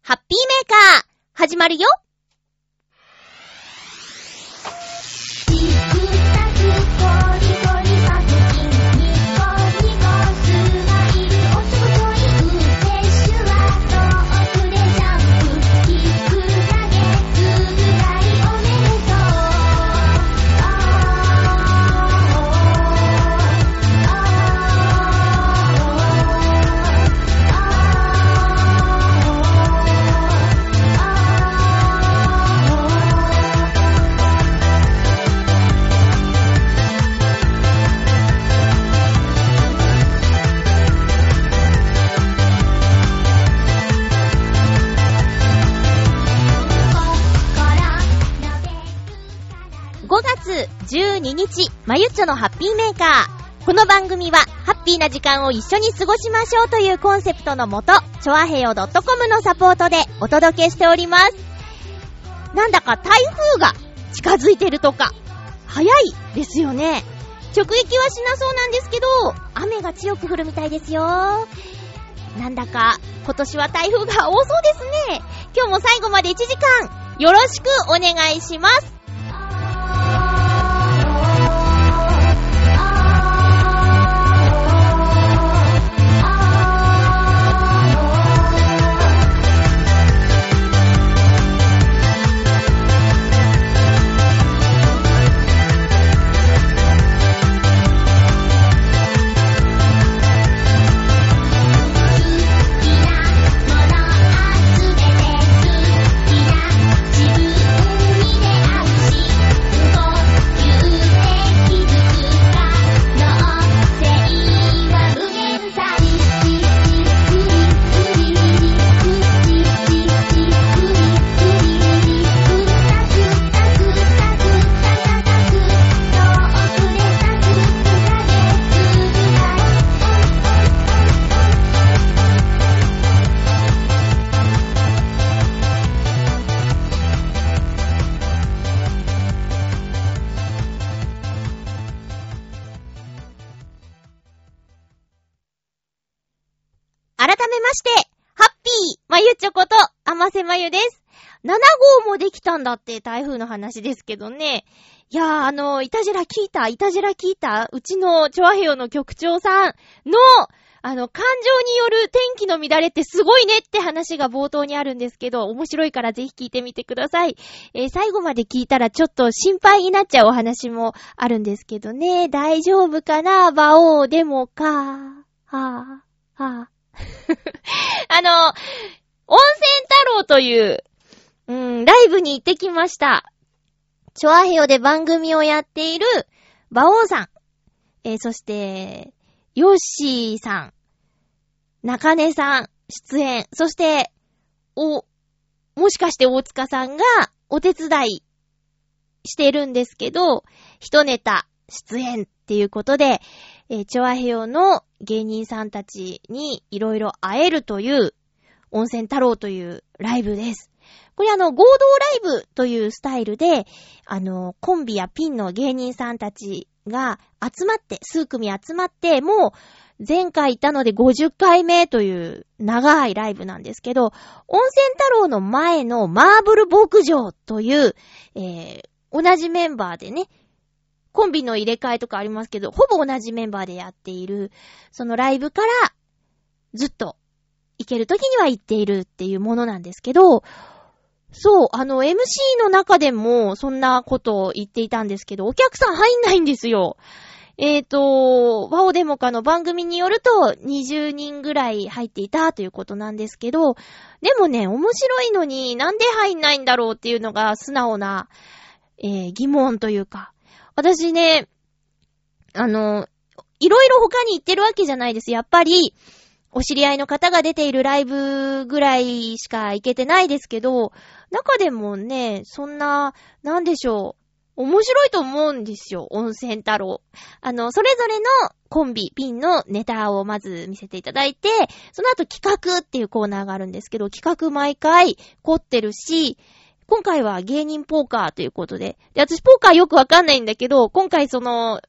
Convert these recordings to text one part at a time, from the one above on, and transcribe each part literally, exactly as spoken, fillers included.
ハッピーメーカー始まるよ。ごがつじゅうににち、まゆっちょのハッピーメーカー。この番組はハッピーな時間を一緒に過ごしましょうというコンセプトのもと、チョアヘヨ .com のサポートでお届けしております。なんだか台風が近づいてるとか早いですよね。直撃はしなそうなんですけど、雨が強く降るみたいですよ。なんだか今年は台風が多そうですね。今日も最後までいちじかんよろしくお願いします。まゆちょこと、あませまゆです。ななごうもできたんだって台風の話ですけどね。いやー、あの、いたじら聞いたいたじら聞いたうちのチョアヘヨの局長さんの、あの、感情による天気の乱れってすごいねって話が冒頭にあるんですけど、面白いからぜひ聞いてみてください。えー、最後まで聞いたらちょっと心配になっちゃうお話もあるんですけどね。大丈夫かな馬王でもか。はぁ、はぁ。あの、温泉太郎という、うん、ライブに行ってきました。チョアヘヨで番組をやっている馬王さん、えー、そしてヨッシーさん、中根さん出演、そしておもしかして大塚さんがお手伝いしてるんですけど、一ネタ出演っていうことで、えー、チョアヘヨの芸人さんたちにいろいろ会えるという温泉太郎というライブです。これあの合同ライブというスタイルで、あのコンビやピンの芸人さんたちが集まって、数組集まって、もう前回行ったのでごじゅっかいめという長いライブなんですけど、温泉太郎の前のマーブル牧場という、えー、同じメンバーでね、コンビの入れ替えとかありますけど、ほぼ同じメンバーでやっている、そのライブからずっと行ける時には行っているっていうものなんですけど、そう、あの エムシー の中でもそんなことを言っていたんですけど、お客さん入んないんですよ。えーと、ワオデモカの番組によるとにじゅうにんぐらい入っていたということなんですけど、でもね、面白いのになんで入んないんだろうっていうのが素直な、えー、疑問というか、私ね、あの、いろいろ他に行ってるわけじゃないです。やっぱり、お知り合いの方が出ているライブぐらいしか行けてないですけど、中でもね、そんな、なんでしょう、面白いと思うんですよ、温泉太郎。あの、それぞれのコンビ、ピンのネタをまず見せていただいて、その後企画っていうコーナーがあるんですけど、企画毎回凝ってるし、今回は芸人ポーカーということで、で、私ポーカーよくわかんないんだけど、今回その、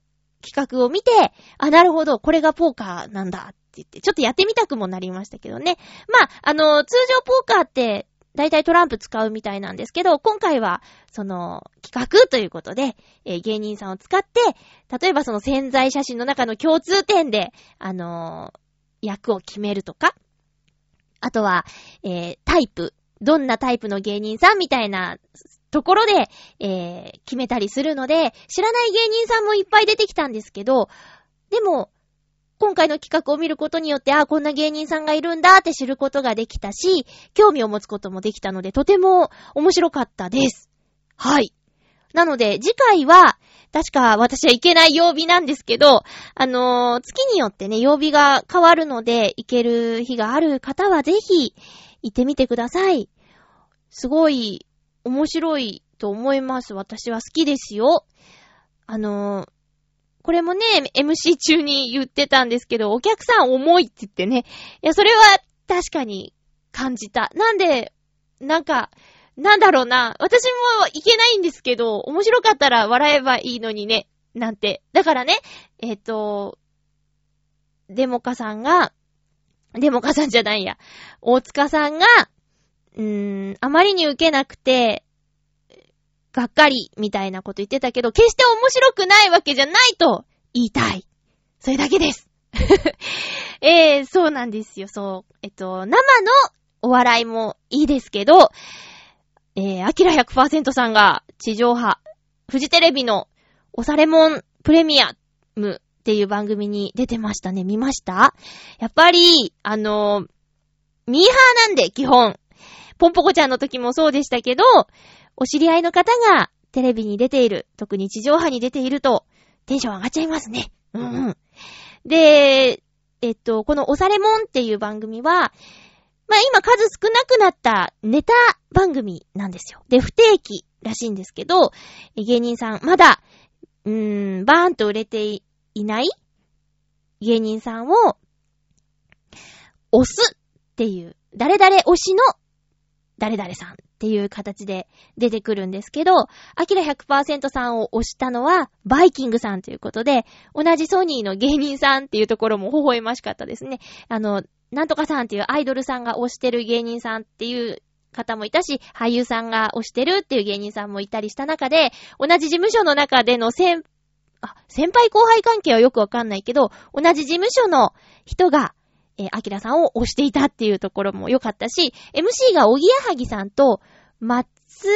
企画を見て、あ、なるほど、これがポーカーなんだって言って、ちょっとやってみたくもなりましたけどね。まあ、あの、通常ポーカーって、だいたいトランプ使うみたいなんですけど、今回は、その、企画ということで、えー、芸人さんを使って、例えばその潜在写真の中の共通点で、あのー、役を決めるとか、あとは、えー、タイプ、どんなタイプの芸人さんみたいなところで、えー、決めたりするので、知らない芸人さんもいっぱい出てきたんですけど、でも、今回の企画を見ることによって、あ、こんな芸人さんがいるんだって知ることができたし、興味を持つこともできたので、とても面白かったです。はい。なので、次回は、確か私は行けない曜日なんですけど、あのー、月によってね、曜日が変わるので、行ける日がある方はぜひ、行ってみてください。すごい、面白いと思います。私は好きですよ。あのー、これもね、エムシー 中に言ってたんですけど、お客さん重いって言ってね。いや、それは確かに感じた。なんで、なんか、なんだろうな。私もいけないんですけど、面白かったら笑えばいいのにね。なんて。だからね、えっと、デモカさんが、デモカさんじゃないや。大塚さんが、うーん、あまりに受けなくて、がっかりみたいなこと言ってたけど、決して面白くないわけじゃないと言いたい。それだけです。えー、そうなんですよ。そう。えっと、生のお笑いもいいですけど、えー、アキラ ひゃくパーセント さんが地上波、フジテレビのおされもんプレミアムっていう番組に出てましたね。見ました？やっぱり、あの、ミーハーなんで、基本。ポンポコちゃんの時もそうでしたけど、お知り合いの方がテレビに出ている、特に地上波に出ていると、テンション上がっちゃいますね。うんうん。で、えっと、このおされもんっていう番組は、まあ今数少なくなったネタ番組なんですよ。で、不定期らしいんですけど、芸人さん、まだ、うーん、バーンと売れていない芸人さんを、推すっていう、誰々推しの誰々さんっていう形で出てくるんですけど、アキラ ひゃくパーセント さんを推したのはバイキングさんということで、同じソニーの芸人さんっていうところも微笑ましかったですね。あの、なんとかさんっていうアイドルさんが推してる芸人さんっていう方もいたし、俳優さんが推してるっていう芸人さんもいたりした中で、同じ事務所の中での先、あ、先輩後輩関係はよくわかんないけど、同じ事務所の人が、えー、アキラさんを推していたっていうところも良かったし、エムシー がおぎやはぎさんと、松、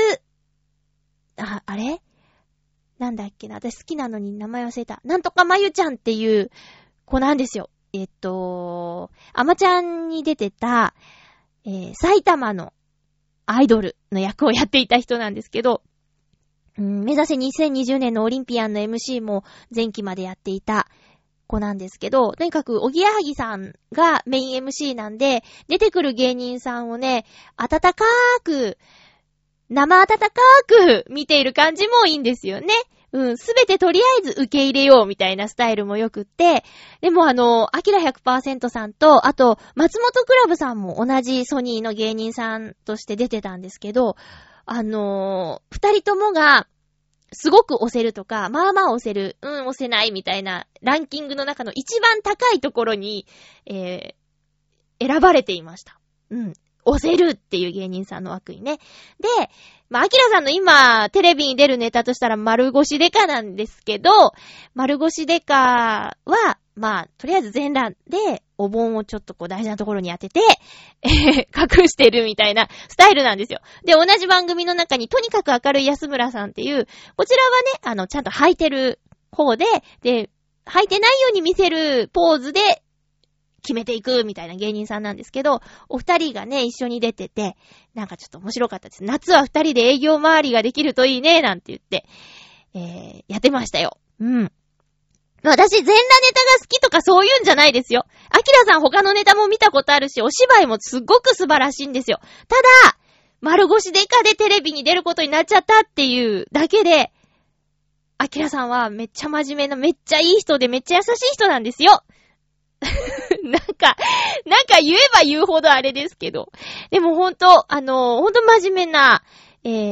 あ、あれなんだっけな、私好きなのに名前忘れた。なんとかまゆちゃんっていう子なんですよ。えっと、アマちゃんに出てた、えー、埼玉のアイドルの役をやっていた人なんですけど、うん、目指せにせんにじゅうねんのオリンピアンの エムシー も前期までやっていた子なんですけど、とにかくおぎやはぎさんがメイン エムシー なんで、出てくる芸人さんをね、温かーく、生温かーく見ている感じもいいんですよね。うん、すべてとりあえず受け入れようみたいなスタイルもよくって、でもあの、アキラ ひゃくパーセント さんと、あと、松本クラブさんも同じソニーの芸人さんとして出てたんですけど、あのー、二人ともが、すごく押せるとか、まあまあ押せる、うん、押せないみたいなランキングの中の一番高いところに、えー、選ばれていました。うん。押せるっていう芸人さんの枠にね。で、まあ、アキラさんの今、テレビに出るネタとしたら丸腰デカなんですけど、丸腰デカは、まあ、とりあえず全裸で、お盆をちょっとこう大事なところに当てて、えー、隠してるみたいなスタイルなんですよ。で、同じ番組の中にとにかく明るい安村さんっていう、こちらはね、あの、ちゃんと履いてる方で、で、履いてないように見せるポーズで決めていくみたいな芸人さんなんですけど、お二人がね、一緒に出てて、なんかちょっと面白かったです。夏は二人で営業回りができるといいね、なんて言って、えー、やってましたよ。うん。私、全裸ネタが好きとかそういうんじゃないですよ。アキラさん他のネタも見たことあるし、お芝居もすっごく素晴らしいんですよ。ただ、丸腰デカでテレビに出ることになっちゃったっていうだけで、アキラさんはめっちゃ真面目な、めっちゃいい人でめっちゃ優しい人なんですよ。なんか、なんか言えば言うほどあれですけど。でもほんと、あの、ほんと真面目な、えー、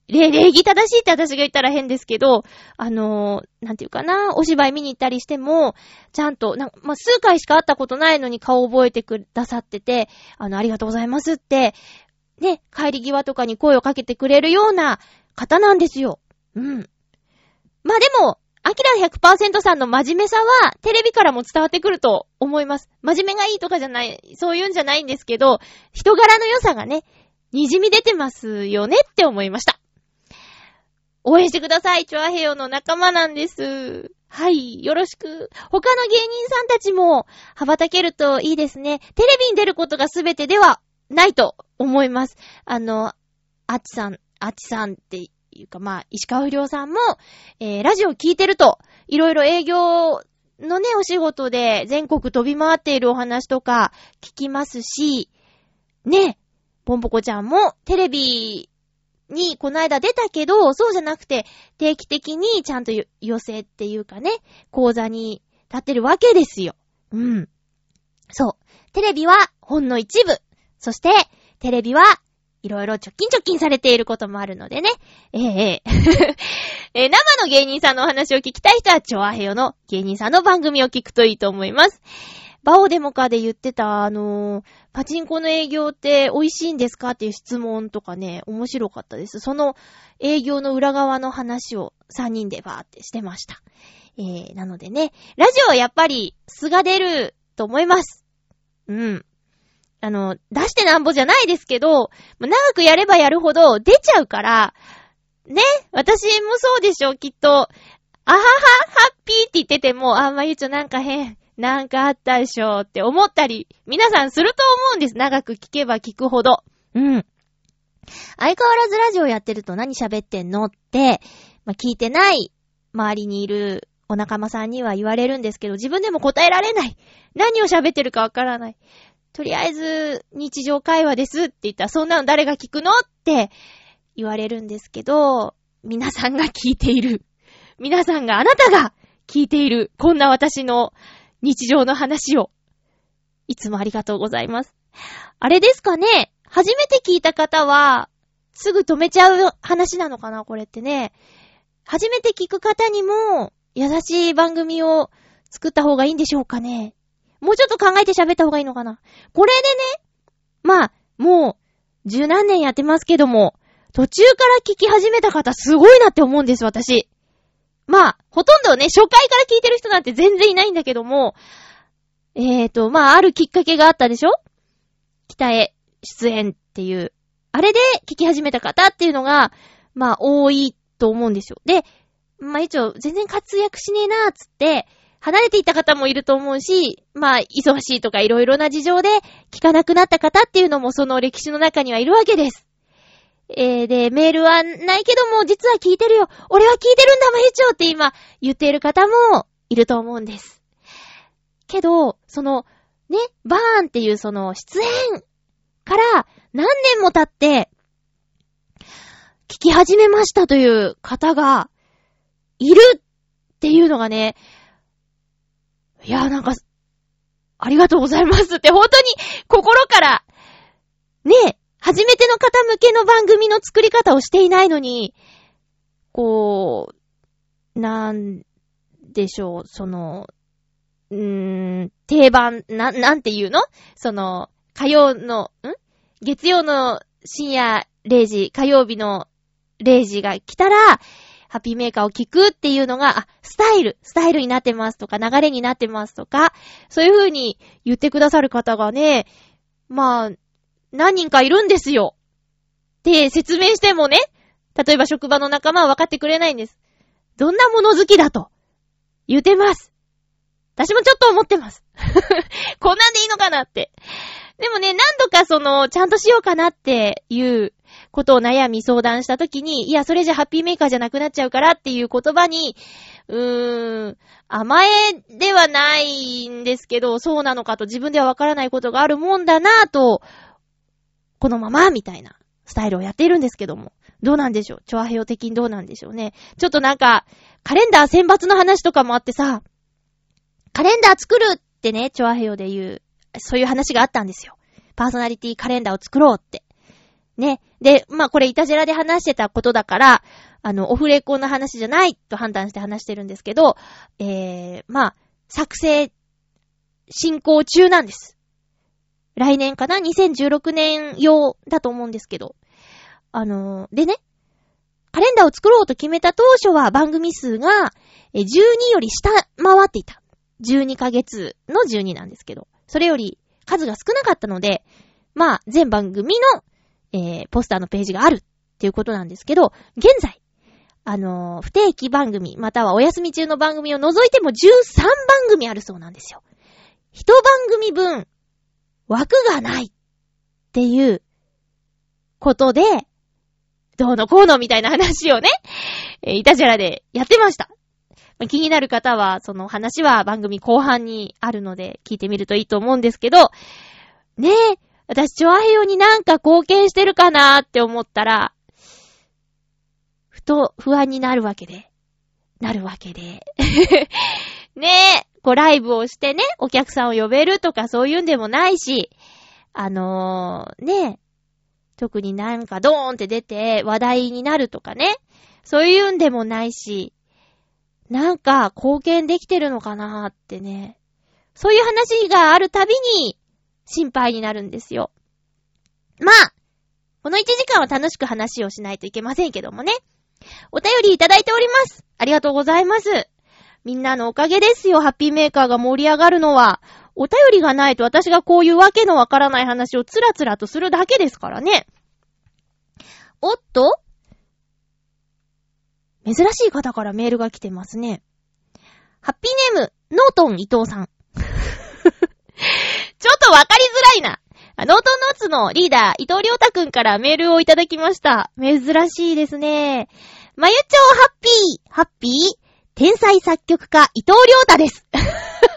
礼儀正しいって私が言ったら変ですけど、あのー、なんていうかな、お芝居見に行ったりしても、ちゃんと、なまあ、数回しか会ったことないのに顔を覚えてくださってて、あの、ありがとうございますって、ね、帰り際とかに声をかけてくれるような方なんですよ。うん。まあでも、アキラ ひゃくパーセント さんの真面目さは、テレビからも伝わってくると思います。真面目がいいとかじゃない、そういうんじゃないんですけど、人柄の良さがね、滲み出てますよねって思いました。応援してください。チョアヘヨの仲間なんです。はい。よろしく。他の芸人さんたちも羽ばたけるといいですね。テレビに出ることが全てではないと思います。あの、あっちさん、あっちさんっていうかまあ、石川不良さんも、えー、ラジオ聞いてると、いろいろ営業のね、お仕事で全国飛び回っているお話とか聞きますし、ね、ポンポコちゃんもテレビにこの間出たけど、そうじゃなくて定期的にちゃんと寄せっていうかね、講座に立ってるわけですよ。うん。そう。テレビはほんの一部。そして、テレビはいろいろ貯金貯金されていることもあるのでね。えええー、生の芸人さんのお話を聞きたい人は、チョアヘヨの芸人さんの番組を聞くといいと思います。バオデモカで言ってた、あのー、パチンコの営業って美味しいんですかっていう質問とかね、面白かったです。その営業の裏側の話をさんにんでバーってしてました。えー、なのでね、ラジオはやっぱり素が出ると思います。うん。あの、出してなんぼじゃないですけど、長くやればやるほど出ちゃうから、ね、私もそうでしょ、きっと。あはは、ハッピーって言ってても、あ、まゆちょなんか変。なんかあったでしょって思ったり、皆さんすると思うんです。長く聞けば聞くほど。うん。相変わらずラジオやってると何喋ってんのって、まあ、聞いてない周りにいるお仲間さんには言われるんですけど、自分でも答えられない。何を喋ってるかわからない。とりあえず日常会話ですって言ったら、そんなの誰が聞くのって言われるんですけど、皆さんが聞いている。皆さんがあなたが聞いている。こんな私の日常の話を。いつもありがとうございます。あれですかね、初めて聞いた方は、すぐ止めちゃう話なのかなこれってね。初めて聞く方にも、優しい番組を作った方がいいんでしょうかね。もうちょっと考えて喋った方がいいのかな。これでね、まあ、もう、十何年やってますけども、途中から聞き始めた方すごいなって思うんです、私。まあ、ほとんどね、初回から聞いてる人なんて全然いないんだけども、えーと、まあ、あるきっかけがあったでしょ？北へ出演っていう。あれで聞き始めた方っていうのが、まあ、多いと思うんですよ。で、まあ一応、全然活躍しねえなーつって、離れていった方もいると思うし、まあ、忙しいとかいろいろな事情で聞かなくなった方っていうのもその歴史の中にはいるわけです。えー、で、メールはないけども、実は聞いてるよ。俺は聞いてるんだ、まゆちょって今言っている方もいると思うんです。けど、その、ね、バーンっていうその出演から何年も経って、聞き始めましたという方がいるっていうのがね、いやーなんか、ありがとうございますって本当に心から、ね、初めての方向けの番組の作り方をしていないのに、こう、なんでしょう、その、うーん、定番、な、なんていうの？その、火曜の、ん？月曜の深夜れいじ、火曜日のれいじが来たら、ハッピーメーカーを聞くっていうのが、あ、スタイル、スタイルになってますとか、流れになってますとか、そういう風に言ってくださる方がね、まあ、何人かいるんですよ。で、説明してもね、例えば職場の仲間は分かってくれないんです。どんなもの好きだと言ってます。私もちょっと思ってます。こんなんでいいのかなって。でもね、何度かその、ちゃんとしようかなっていうことを悩み相談したときに、いや、それじゃハッピーメーカーじゃなくなっちゃうからっていう言葉に、うーん、甘えではないんですけど、そうなのかと自分ではわからないことがあるもんだなぁと、このままみたいなスタイルをやっているんですけども、どうなんでしょう？チョアヘヨ的にどうなんでしょうね。ちょっとなんか、カレンダー選抜の話とかもあってさ、カレンダー作るってね、チョアヘヨで言う、そういう話があったんですよ。パーソナリティカレンダーを作ろうって。 ね。で、まあこれイタジェラで話してたことだから、あの、オフレコの話じゃないと判断して話してるんですけど、えー、まあ、作成、進行中なんです。来年かな ?にせんじゅうろくねん用だと思うんですけど。あのー、でね、カレンダーを作ろうと決めた当初は番組数がじゅうにより下回っていた。じゅうにかげつのじゅうになんですけど、それより数が少なかったので、まあ、全番組の、えー、ポスターのページがあるっていうことなんですけど、現在、あのー、不定期番組、またはお休み中の番組を除いてもじゅうさんばんぐみあるそうなんですよ。一番組分、枠がないっていうことで、どうのこうのみたいな話をね、えー、イタジェラでやってました。まあ、気になる方は、その話は番組後半にあるので聞いてみるといいと思うんですけど、ねえ、私、チョアヘヨになんか貢献してるかなーって思ったら、ふと不安になるわけで、なるわけで。ねえ、こうライブをしてね、お客さんを呼べるとかそういうんでもないし、あのー、ねえ、特になんかドーンって出て話題になるとかね、そういうんでもないし、なんか貢献できてるのかなーってね、そういう話があるたびに心配になるんですよ。まあ、このいちじかんは楽しく話をしないといけませんけどもね。お便りいただいております。ありがとうございます。みんなのおかげですよ、ハッピーメーカーが盛り上がるのは。お便りがないと私がこういうわけのわからない話をつらつらとするだけですからね。おっと？珍しい方からメールが来てますね。ハッピーネーム、ノートン伊藤さん。ちょっとわかりづらいな。ノートンノーツのリーダー、伊藤亮太くんからメールをいただきました。珍しいですね。まゆちょハッピー、ハッピー、天才作曲家、伊藤亮太です。マ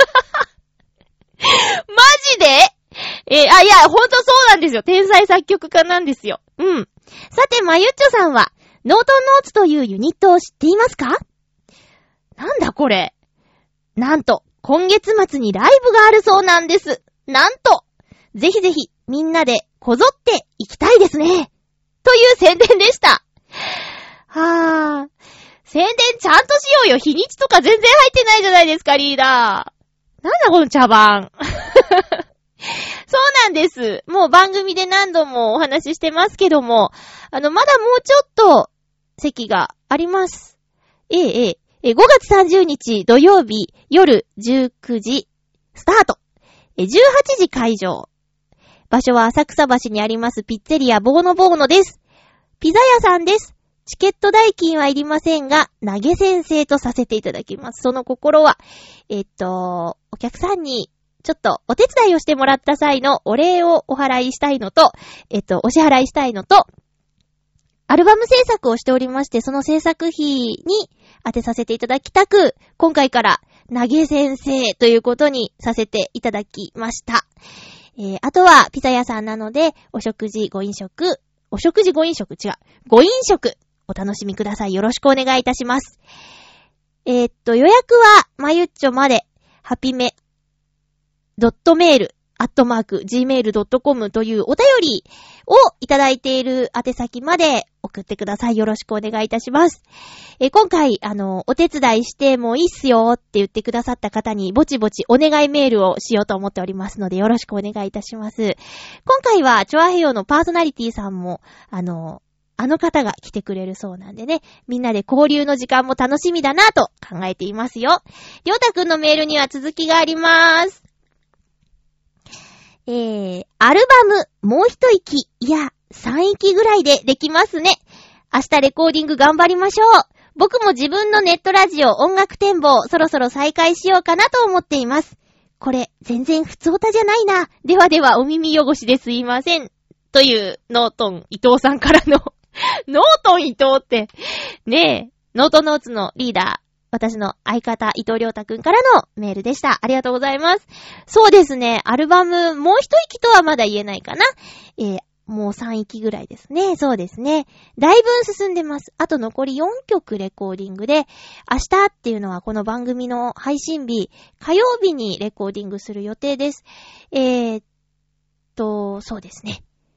ジでえー、あ、いや、ほんとそうなんですよ。天才作曲家なんですよ。うん。さて、まゆっちょさんは、ノートンノーツというユニットを知っていますか？なんだこれ。なんと、今月末にライブがあるそうなんです。なんと、ぜひぜひ、みんなでこぞって行きたいですね。という宣伝でした。はぁ。宣伝ちゃんとしようよ。日にちとか全然入ってないじゃないですか、リーダー。なんだこの茶番。そうなんです。もう番組で何度もお話ししてますけども、あの、まだもうちょっと席があります。ええ、ええ、ごがつさんじゅうにち土曜日夜じゅうくじスタート。じゅうはちじ会場。場所は浅草橋にありますピッツェリアボーノボーノです。ピザ屋さんです。チケット代金はいりませんが、投げ先生とさせていただきます。その心は、えっと、お客さんにちょっとお手伝いをしてもらった際のお礼をお払いしたいのと、えっと、お支払いしたいのと、アルバム制作をしておりまして、その制作費に当てさせていただきたく、今回から投げ先生ということにさせていただきました。えー、あとはピザ屋さんなので、お食事ご飲食、お食事ご飲食違う、ご飲食お楽しみください。よろしくお願いいたします。えー、っと、予約はまゆっちょまで、ハピメ、ドットメール、アットマーク、ジーメールドットコム というお便りをいただいている宛先まで送ってください。よろしくお願いいたします。えー、今回、あの、お手伝いしてもいいっすよって言ってくださった方に、ぼちぼちお願いメールをしようと思っておりますので、よろしくお願いいたします。今回は、チョアヘヨのパーソナリティさんも、あの、あの方が来てくれるそうなんでね、みんなで交流の時間も楽しみだなと考えていますよ。りょうたくんのメールには続きがあります。えー、アルバム、もう一息、いや、三息ぐらいでできますね。明日レコーディング頑張りましょう。僕も自分のネットラジオ音楽展望、そろそろ再開しようかなと思っています。これ、全然普通歌じゃないな。ではではお耳汚しですいません。というノートン伊藤さんからのノートン伊藤って、ねえ、ノートノーツのリーダー、私の相方伊藤亮太くんからのメールでした。ありがとうございます。そうですね、アルバム、もう一息とはまだ言えないかな。えー、もう三息ぐらいですね。そうですね。だいぶ進んでます。あと残りよんきょくレコーディングで、明日っていうのはこの番組の配信日、火曜日にレコーディングする予定です。えーっと、そうですね。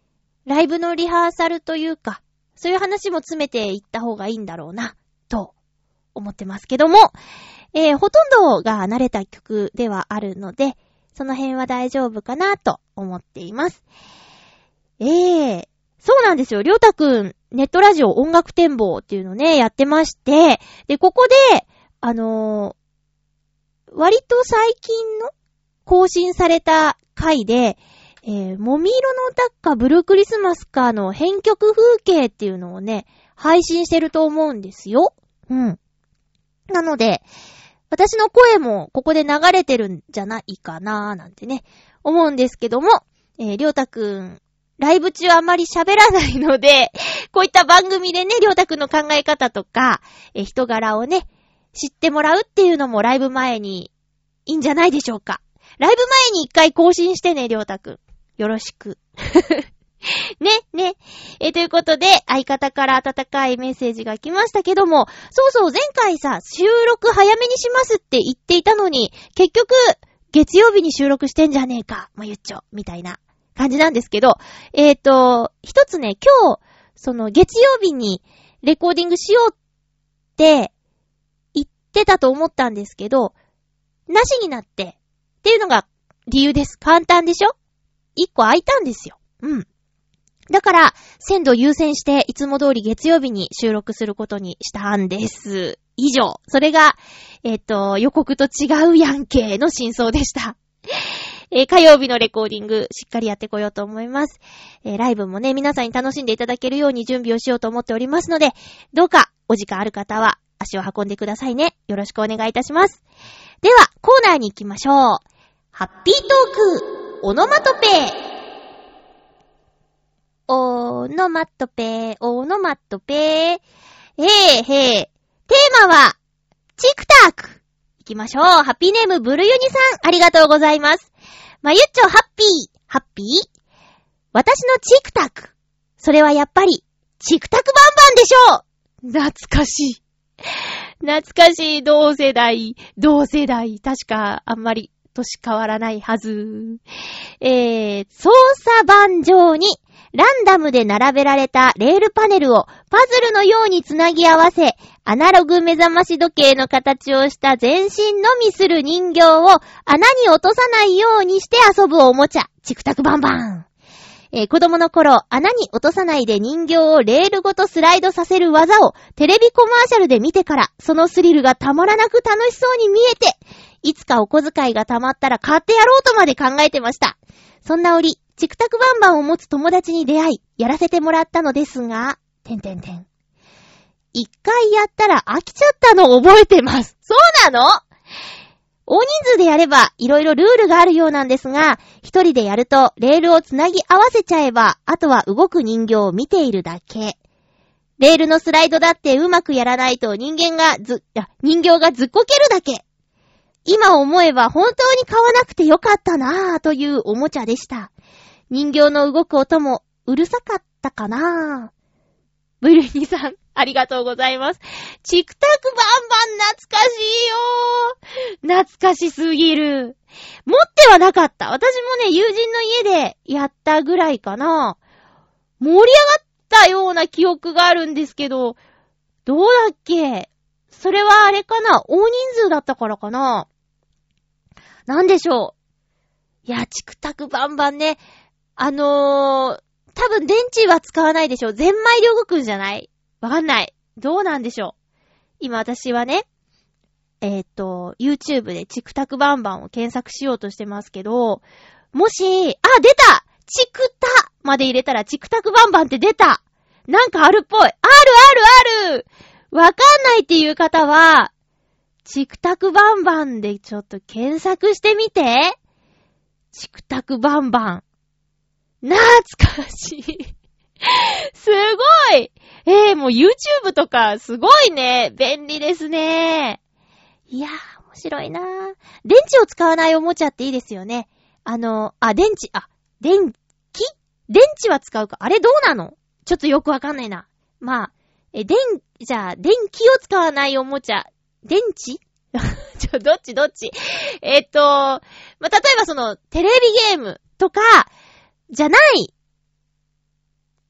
ライブのリハーサルというか、そういう話も詰めていった方がいいんだろうな、と思ってますけども、えー、ほとんどが慣れた曲ではあるので、その辺は大丈夫かなと思っています。えー、そうなんですよ。りょうたくん、ネットラジオ音楽展望っていうのね、やってまして、で、ここで、あのー、割と最近の更新された回で、えー、もみ色の歌かブルークリスマスかの編曲風景っていうのをね、配信してると思うんですよ。うん。なので、私の声もここで流れてるんじゃないかなーなんてね、思うんですけども、えー、りょうたくん、ライブ中あまり喋らないので、こういった番組でね、りょうたくんの考え方とか、えー、人柄をね、知ってもらうっていうのもライブ前にいいんじゃないでしょうか。ライブ前に一回更新してね、りょうたくん。よろしく。ね、ね。えー、ということで、相方から温かいメッセージが来ましたけども、そうそう、前回さ、収録早めにしますって言っていたのに、結局、月曜日に収録してんじゃねえか、まゆっちょ、みたいな感じなんですけど、えーと、一つね、今日、その月曜日にレコーディングしようって言ってたと思ったんですけど、なしになって、っていうのが理由です。簡単でしょ？一個空いたんですよ。うん。だから、鮮度優先して、いつも通り月曜日に収録することにしたんです。以上。それが、えっと、予告と違うやんけの真相でした。えー、火曜日のレコーディング、しっかりやってこようと思います。えー、ライブもね、皆さんに楽しんでいただけるように準備をしようと思っておりますので、どうか、お時間ある方は、足を運んでくださいね。よろしくお願いいたします。では、コーナーに行きましょう。ハッピートーク、オノマトペ。オノマトペ、オノマトペ。へーへー。テーマは、チクタク。行きましょう。ハッピーネームブルユニさん、ありがとうございます。まゆっちょハッピー、ハッピー。私のチクタク。それはやっぱり、チクタクバンバンでしょう。懐かしい。懐かしい。同世代、同世代。確か、あんまり、年変わらないはず。えー、操作盤上に、ランダムで並べられたレールパネルをパズルのようにつなぎ合わせ、アナログ目覚まし時計の形をした全身のみする人形を穴に落とさないようにして遊ぶおもちゃ、チクタクバンバン。えー、子供の頃、穴に落とさないで人形をレールごとスライドさせる技をテレビコマーシャルで見てから、そのスリルがたまらなく楽しそうに見えて、いつかお小遣いがたまったら買ってやろうとまで考えてました。そんな折、チクタクバンバンを持つ友達に出会い、やらせてもらったのですが、てんてんてん。一回やったら飽きちゃったのを覚えてます。そうなの？大人数でやれば、いろいろルールがあるようなんですが、一人でやると、レールをつなぎ合わせちゃえば、あとは動く人形を見ているだけ。レールのスライドだってうまくやらないと人間がず、あ、人形がずっこけるだけ。今思えば本当に買わなくてよかったなぁというおもちゃでした。人形の動く音もうるさかったかなぁ。ブルニさん、ありがとうございます。チクタクバンバン懐かしいよー。懐かしすぎる。持ってはなかった。私もね、友人の家でやったぐらいかな。盛り上がったような記憶があるんですけど、どうだっけ？それはあれかな？大人数だったからかな？なんでしょう。いや、チクタクバンバンね。あのー、多分電池は使わないでしょ。ゼンマイで動くんじゃない？わかんない。どうなんでしょう。今私はね、えっと、YouTube でチクタクバンバンを検索しようとしてますけど、もし、あ、出た！チクタまで入れたらチクタクバンバンって出た！なんかあるっぽい。あるあるある！わかんないっていう方は、チクタクバンバンでちょっと検索してみて。チクタクバンバン。懐かしい。すごい。えー、もう YouTube とかすごいね。便利ですね。いやー、面白いなー。電池を使わないおもちゃっていいですよね。あの、あ、電池、あ、電気？電池は使うか。あれどうなの？ちょっとよくわかんないな。まあ、え、電、じゃあ、電気を使わないおもちゃ。電池？ちょ、どっちどっちえっと、まあ、例えばその、テレビゲームとか、じゃない、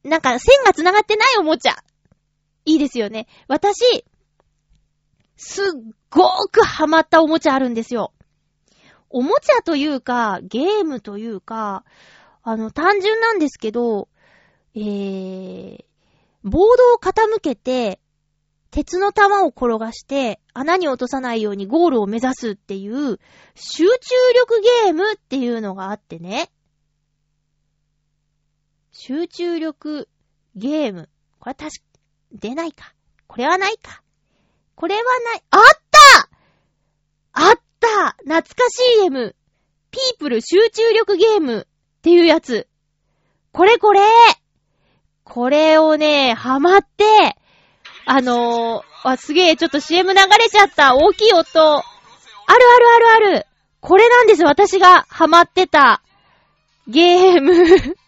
なんか線が繋がってないおもちゃ。いいですよね。私、すっごーくハマったおもちゃあるんですよ。おもちゃというか、ゲームというか、あの、単純なんですけど、えー、ボードを傾けて、鉄の玉を転がして、穴に落とさないようにゴールを目指すっていう、集中力ゲームっていうのがあってね。集中力ゲーム。これは確か、出ないか。これはないか。これはない。あったあった懐かしい M。ピープル集中力ゲームっていうやつ。これこれこれをね、ハマって、あのー、あ、すげえ、ちょっと シーエム 流れちゃった。大きい音。あるあるあるある。これなんです。私がハマってたゲーム。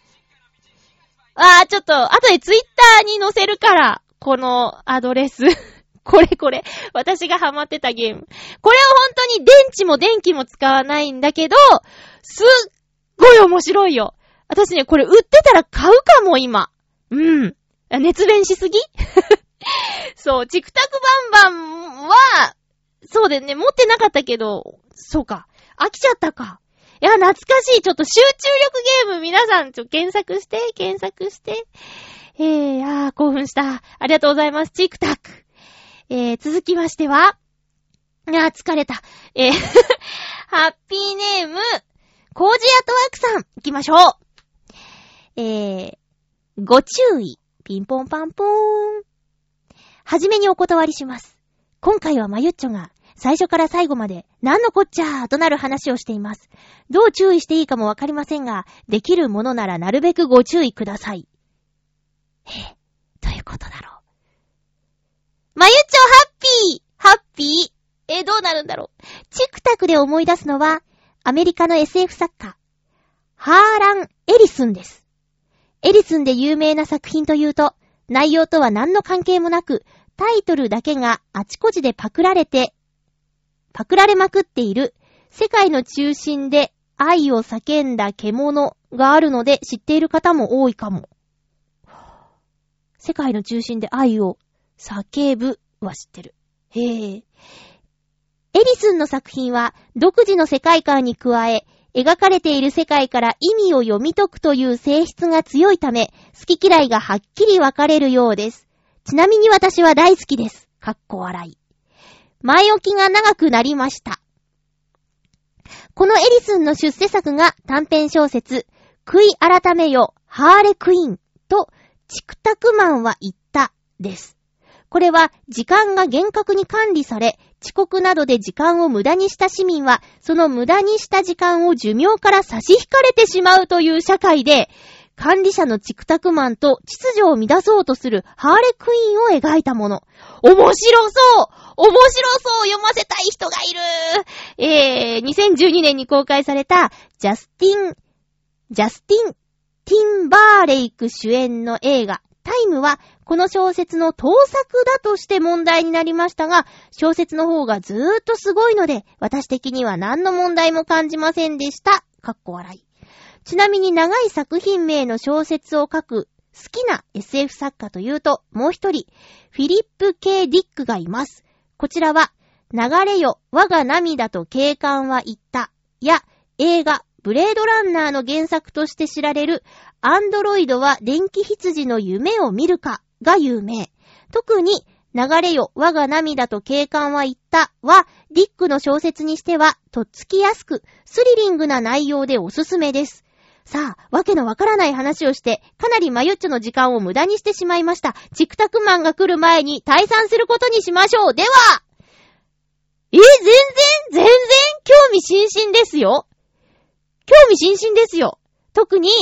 あー、ちょっと、後でツイッターに載せるから、このアドレス。これこれ。私がハマってたゲーム。これは本当に電池も電気も使わないんだけど、すっごい面白いよ。私ね、これ売ってたら買うかも、今。うん。熱弁しすぎそう、チクタクバンバンは、そうでね、持ってなかったけど、そうか。飽きちゃったか。いや、懐かしい。ちょっと集中力ゲーム皆さん、ちょ、検索して、検索して。えー、あー、興奮した。ありがとうございます。チクタク。えー、続きましては、あー、疲れた。えー、ハッピーネーム、コージアトワークさん、行きましょう。えー、ご注意。ピンポンパンポーン。はじめにお断りします。今回はまゆっちょが最初から最後まで何のこっちゃーとなる話をしています。どう注意していいかもわかりませんが、できるものならなるべくご注意ください。え、どういうことだろう。まゆっちょハッピーハッピーえ、どうなるんだろう。チクタクで思い出すのはアメリカの エスエフ 作家ハーラン・エリスンです。エリスンで有名な作品というと、内容とは何の関係もなく、タイトルだけがあちこちでパクられて、パクられまくっている、世界の中心で愛を叫んだ獣があるので知っている方も多いかも。世界の中心で愛を叫ぶは知ってる。へぇ。エリスンの作品は独自の世界観に加え、描かれている世界から意味を読み解くという性質が強いため、好き嫌いがはっきり分かれるようです。ちなみに私は大好きです。かっこ笑い。前置きが長くなりました。このエリスンの出世作が短編小説、悔い改めよ、ハーレクイーンとチクタクマンは言ったです。これは時間が厳格に管理され、遅刻などで時間を無駄にした市民は、その無駄にした時間を寿命から差し引かれてしまうという社会で、管理者のチクタクマンと秩序を乱そうとするハーレクイーンを描いたもの。面白そう面白そう読ませたい人がいるえー、にせんじゅうにねんに公開された、ジャスティン、ジャスティン・ティンバーレイク主演の映画、タイムは、この小説の盗作だとして問題になりましたが、小説の方がずーっとすごいので、私的には何の問題も感じませんでした。かっこ笑い。ちなみに長い作品名の小説を書く好きな エスエフ 作家というと、もう一人、フィリップ・K・ディックがいます。こちらは、流れよ、我が涙と警官は言った、や、映画、ブレードランナーの原作として知られる、アンドロイドは電気羊の夢を見るかが有名。特に、流れよ、我が涙と警官は言ったは、ディックの小説にしては、とっつきやすく、スリリングな内容でおすすめです。さあ、わけのわからない話をして、かなりマユッチョの時間を無駄にしてしまいました。チクタクマンが来る前に退散することにしましょう。では、え、全然、全然、興味津々ですよ。興味津々ですよ。特に、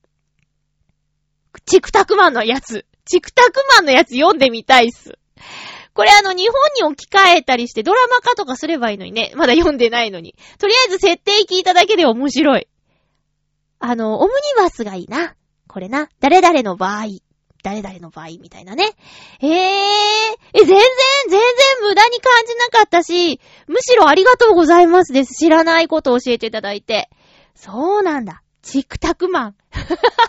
チクタクマンのやつ。チクタクマンのやつ読んでみたいっす。これあの日本に置き換えたりしてドラマ化とかすればいいのにね。まだ読んでないのに。とりあえず設定聞いただけで面白い。あの、オムニバースがいいな。これな。誰々の場合。誰々の場合みたいなね。へー。え、全然、全然無駄に感じなかったし、むしろありがとうございますです。知らないことを教えていただいて。そうなんだ。チクタクマン。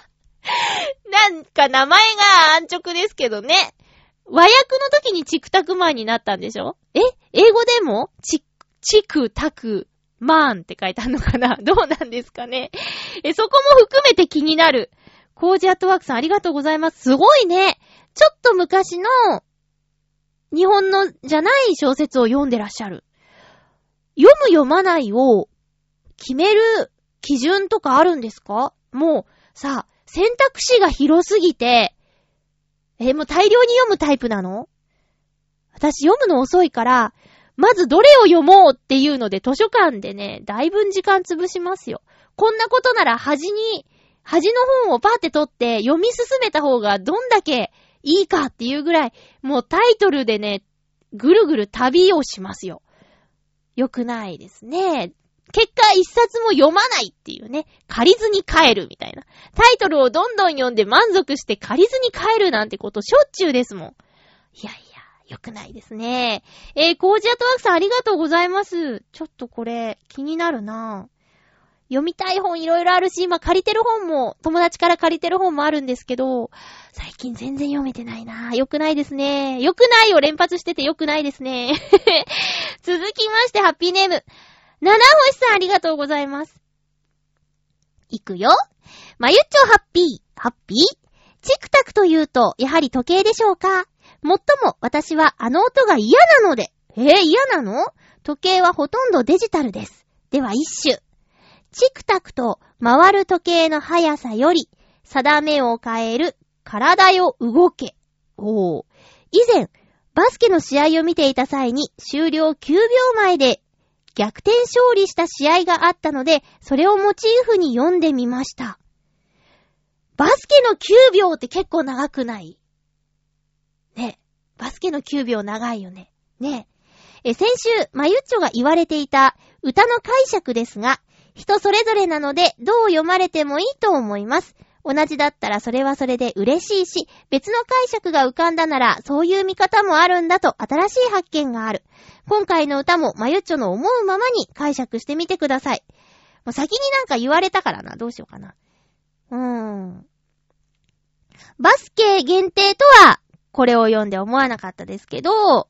なんか名前が安直ですけどね。和訳の時にチクタクマンになったんでしょ？え？英語でもチ、チクタクマンって書いてあるのかな？どうなんですかね。え、そこも含めて気になる。コージアットワークさんありがとうございます。すごいね。ちょっと昔の日本のじゃない小説を読んでらっしゃる。読む読まないを決める基準とかあるんですか？もうさ、選択肢が広すぎて、え、もう大量に読むタイプなの？私読むの遅いから、まずどれを読もうっていうので図書館でね、だいぶ時間潰しますよ。こんなことなら端に、端の本をパーって取って読み進めた方がどんだけいいかっていうぐらい、もうタイトルでね、ぐるぐる旅をしますよ。よくないですね。結果一冊も読まないっていうね。借りずに帰るみたいな。タイトルをどんどん読んで満足して借りずに帰るなんてことしょっちゅうですもん。いやいや、よくないですね。えー、コージアトワークさんありがとうございます。ちょっとこれ気になるな。読みたい本いろいろあるし、今借りてる本も、友達から借りてる本もあるんですけど、最近全然読めてないな。よくないですね。よくないを連発しててよくないですね。続きまして、ハッピーネーム。七星さんありがとうございます。いくよ。まゆっちょハッピー。ハッピー。チクタクというと、やはり時計でしょうか。もっとも、私はあの音が嫌なので。えー、嫌なの？時計はほとんどデジタルです。では一種。チクタクと回る時計の速さより、定めを変える体よ動け。おー。以前、バスケの試合を見ていた際に終了きゅうびょうまえで逆転勝利した試合があったので、それをモチーフに読んでみました。バスケのきゅうびょうって結構長くない？ね。バスケのきゅうびょう長いよね。ね。え、先週、まゆっちょが言われていた歌の解釈ですが、人それぞれなのでどう読まれてもいいと思います。同じだったらそれはそれで嬉しいし、別の解釈が浮かんだならそういう見方もあるんだと新しい発見がある。今回の歌もまゆっちょの思うままに解釈してみてください。もう先になんか言われたからな。どうしようかな。うーん。バスケ限定とはこれを読んで思わなかったですけど、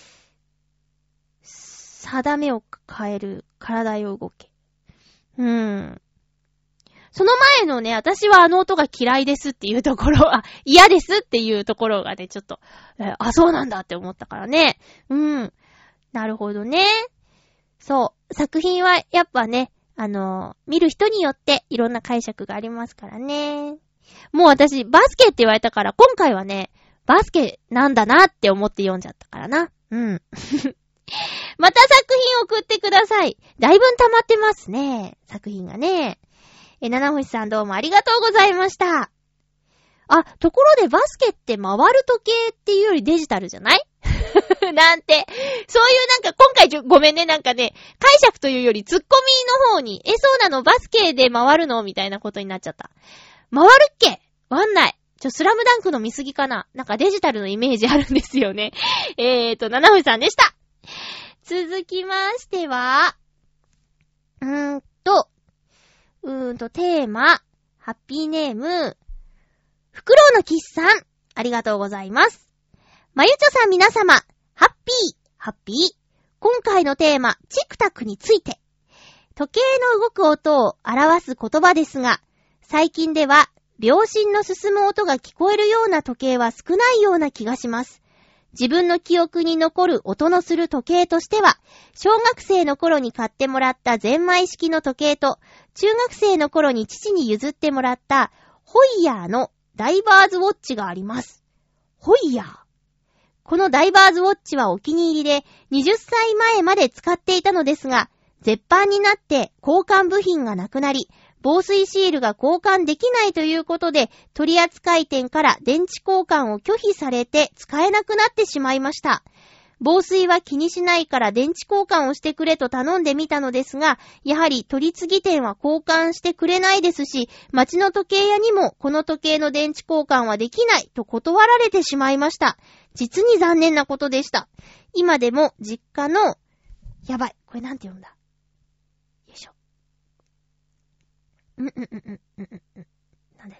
定めを変える体よ動け。うーん。その前のね、私はあの音が嫌いですっていうところは、嫌ですっていうところがね、ちょっと、えー、あ、そうなんだって思ったからね。うん。なるほどね。そう。作品はやっぱね、あのー、見る人によっていろんな解釈がありますからね。もう私、バスケって言われたから、今回はね、バスケなんだなって思って読んじゃったからな。うん。また作品送ってください。だいぶ溜まってますね。作品がね。え、七星さんどうもありがとうございました。あ、ところでバスケって回る時計っていうよりデジタルじゃないなんて。そういうなんか今回ちょ、ごめんね、なんかね、解釈というよりツッコミの方に、え、そうなのバスケで回るのみたいなことになっちゃった。回るっけ？わんない。ちょ、スラムダンクの見過ぎかな？なんかデジタルのイメージあるんですよね。えーと、七星さんでした。続きましては、うーんと、うーんと、テーマ、ハッピーネーム、フクロウのキスさん、ありがとうございます。まゆちょさん皆様、ハッピー、ハッピー。今回のテーマ、チクタクについて。時計の動く音を表す言葉ですが、最近では、秒針の進む音が聞こえるような時計は少ないような気がします。自分の記憶に残る音のする時計としては、小学生の頃に買ってもらったゼンマイ式の時計と、中学生の頃に父に譲ってもらったホイヤーのダイバーズウォッチがあります。ホイヤー。このダイバーズウォッチはお気に入りで、はたちまえまで使っていたのですが、絶版になって交換部品がなくなり、防水シールが交換できないということで、取扱店から電池交換を拒否されて使えなくなってしまいました。防水は気にしないから電池交換をしてくれと頼んでみたのですが、やはり取り次ぎ店は交換してくれないですし、町の時計屋にもこの時計の電池交換はできないと断られてしまいました。実に残念なことでした。今でも実家の、やばい、これなんて読むんだ。うんうんうんうんうんうん。なんでしょう。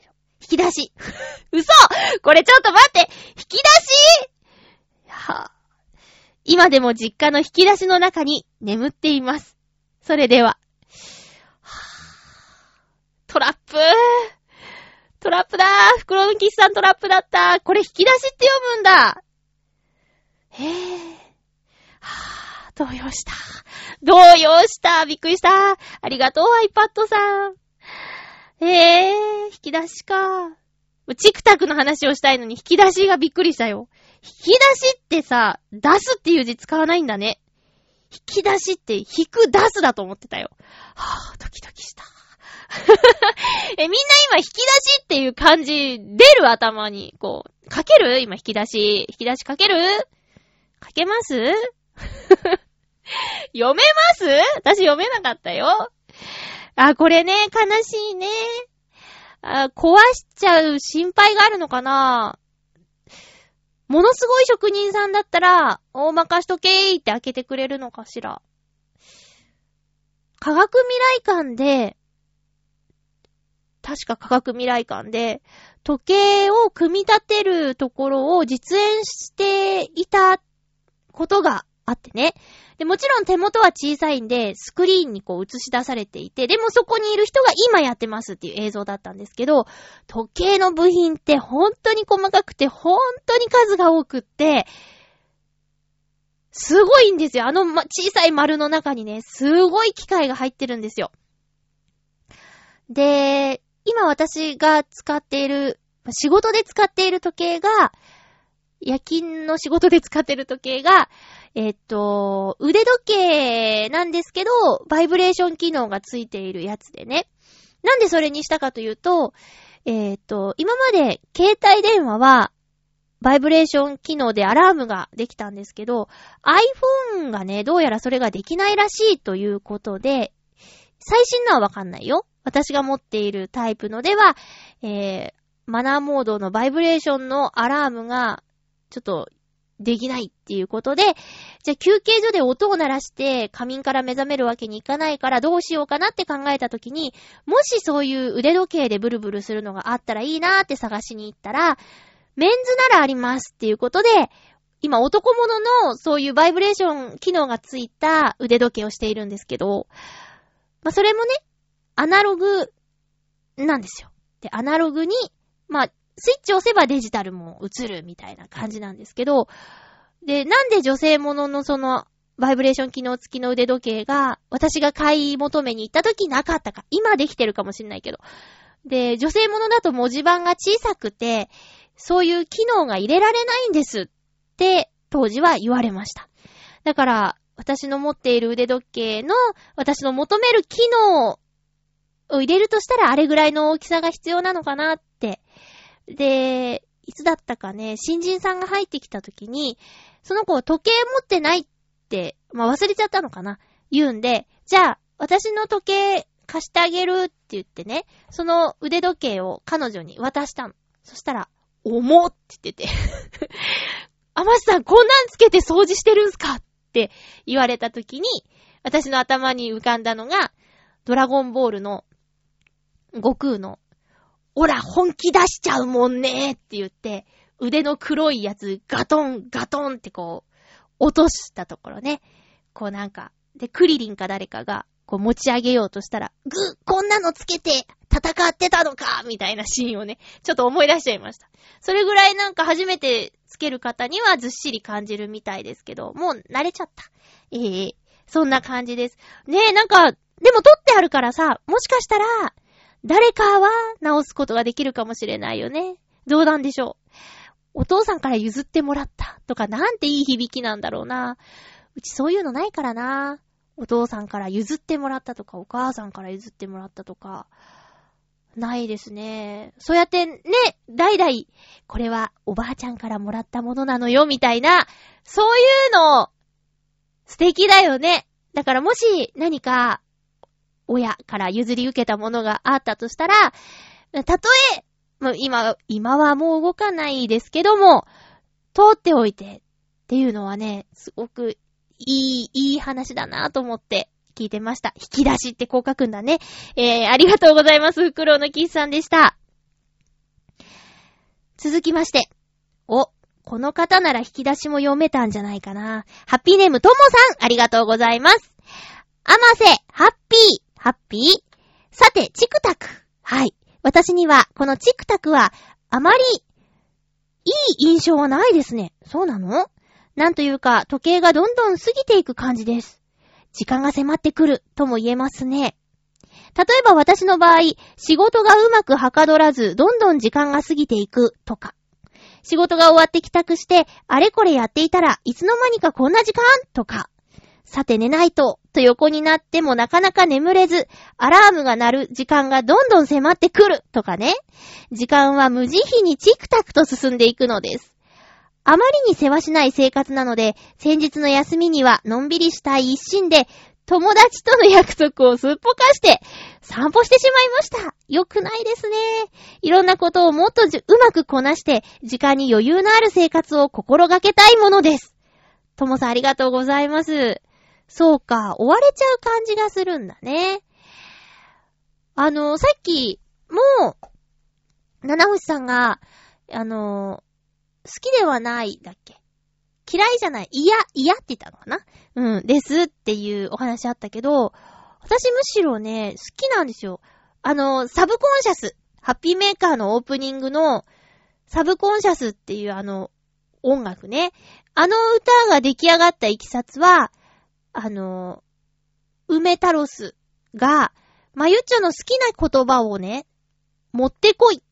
引き出し。嘘！これちょっと待って！引き出し！はぁ。今でも実家の引き出しの中に眠っています。それでは。はぁ。トラップー。トラップだー。袋のキスさんトラップだった。これ引き出しって読むんだ。へぇ。はぁ。動揺した。動揺した。びっくりした。ありがとう、iPad さん。へぇー。引き出しか。チクタクの話をしたいのに引き出しがびっくりしたよ。引き出しってさ、出すっていう字使わないんだね。引き出しって引く出すだと思ってたよ。はぁ、ドキドキした。え、みんな今引き出しっていう漢字出る頭に、こう、書ける？今引き出し。引き出し書ける？書けます？読めます？私読めなかったよ。あ、これね、悲しいね。あ、壊しちゃう心配があるのかな？ものすごい職人さんだったら、お任しとけーって開けてくれるのかしら。科学未来館で、確か科学未来館で、時計を組み立てるところを実演していたことがあってね。で、もちろん手元は小さいんで、スクリーンにこう映し出されていて、でもそこにいる人が今やってますっていう映像だったんですけど、時計の部品って本当に細かくて、本当に数が多くって、すごいんですよ。あの、ま、小さい丸の中にね、すごい機械が入ってるんですよ。で、今私が使っている、仕事で使っている時計が、夜勤の仕事で使ってる時計が、えっと、腕時計なんですけど、バイブレーション機能がついているやつでね。なんでそれにしたかというと、えっと、今まで携帯電話は、バイブレーション機能でアラームができたんですけど、iPhone がね、どうやらそれができないらしいということで、最新のはわかんないよ。私が持っているタイプのでは、えー、マナーモードのバイブレーションのアラームが、ちょっと、できないっていうことで、じゃあ休憩所で音を鳴らして仮眠から目覚めるわけにいかないからどうしようかなって考えたときに、もしそういう腕時計でブルブルするのがあったらいいなーって探しに行ったら、メンズならありますっていうことで、今男物のそういうバイブレーション機能がついた腕時計をしているんですけど、まあそれもね、アナログなんですよ。で、アナログに、まあ、スイッチを押せばデジタルも映るみたいな感じなんですけど、で、なんで女性もののそのバイブレーション機能付きの腕時計が私が買い求めに行った時なかったか、今できてるかもしれないけど、で、女性ものだと文字盤が小さくてそういう機能が入れられないんですって当時は言われました。だから私の持っている腕時計の私の求める機能を入れるとしたらあれぐらいの大きさが必要なのかなって。で、いつだったかね、新人さんが入ってきた時に、その子時計持ってないって、まあ忘れちゃったのかな、言うんで、じゃあ私の時計貸してあげるって言ってね、その腕時計を彼女に渡したの。そしたら、重って言ってて、あましさんこんなんつけて掃除してるんすかって言われた時に、私の頭に浮かんだのが、ドラゴンボールの悟空のおら、本気出しちゃうもんねって言って、腕の黒いやつガトンガトンってこう、落としたところね。こうなんか、で、クリリンか誰かが、こう持ち上げようとしたら、ぐっ、こんなのつけて戦ってたのかみたいなシーンをね、ちょっと思い出しちゃいました。それぐらいなんか初めてつける方にはずっしり感じるみたいですけど、もう慣れちゃった。ええー、そんな感じです。ねえ、なんか、でも撮ってあるからさ、もしかしたら、誰かは直すことができるかもしれないよね。どうなんでしょう。お父さんから譲ってもらったとかなんていい響きなんだろうな。うちそういうのないからな。お父さんから譲ってもらったとか、お母さんから譲ってもらったとか、ないですね。そうやってね、代々、これはおばあちゃんからもらったものなのよみたいな、そういうの素敵だよね。だからもし何か親から譲り受けたものがあったとしたら、たとえ、もう今、今はもう動かないですけども、通っておいてっていうのはね、すごくいい、いい話だなと思って聞いてました。引き出しってこう書くんだね。えー、ありがとうございます。フクロウのキスさんでした。 続きまして。お、この方なら引き出しも読めたんじゃないかな。ハッピーネームともさん、ありがとうございます。あませ、ハッピー、ハッピー。さて、チクタク。はい。私には、このチクタクは、あまり、いい印象はないですね。そうなの？なんというか、時計がどんどん過ぎていく感じです。時間が迫ってくる、とも言えますね。例えば私の場合、仕事がうまくはかどらず、どんどん時間が過ぎていく、とか。仕事が終わって帰宅して、あれこれやっていたらいつの間にかこんな時間とか。さて寝ないと、と横になってもなかなか眠れず、アラームが鳴る時間がどんどん迫ってくるとかね。時間は無慈悲にチクタクと進んでいくのです。あまりに世話しない生活なので、先日の休みにはのんびりしたい一心で、友達との約束をすっぽかして散歩してしまいました。よくないですね。いろんなことをもっとじうまくこなして時間に余裕のある生活を心がけたいものです。ともさんありがとうございます。そうか、追われちゃう感じがするんだね。あの、さっきもう七星さんがあの好きではないだっけ？嫌いじゃない、嫌、嫌って言ったのかな？うん、ですっていうお話あったけど、私むしろね、好きなんですよ。あの、サブコンシャス、ハッピーメーカーのオープニングのサブコンシャスっていうあの、音楽ね。あの歌が出来上がったいきさつは、あの、梅太郎スが、まゆっちょの好きな言葉をね、持ってこいって、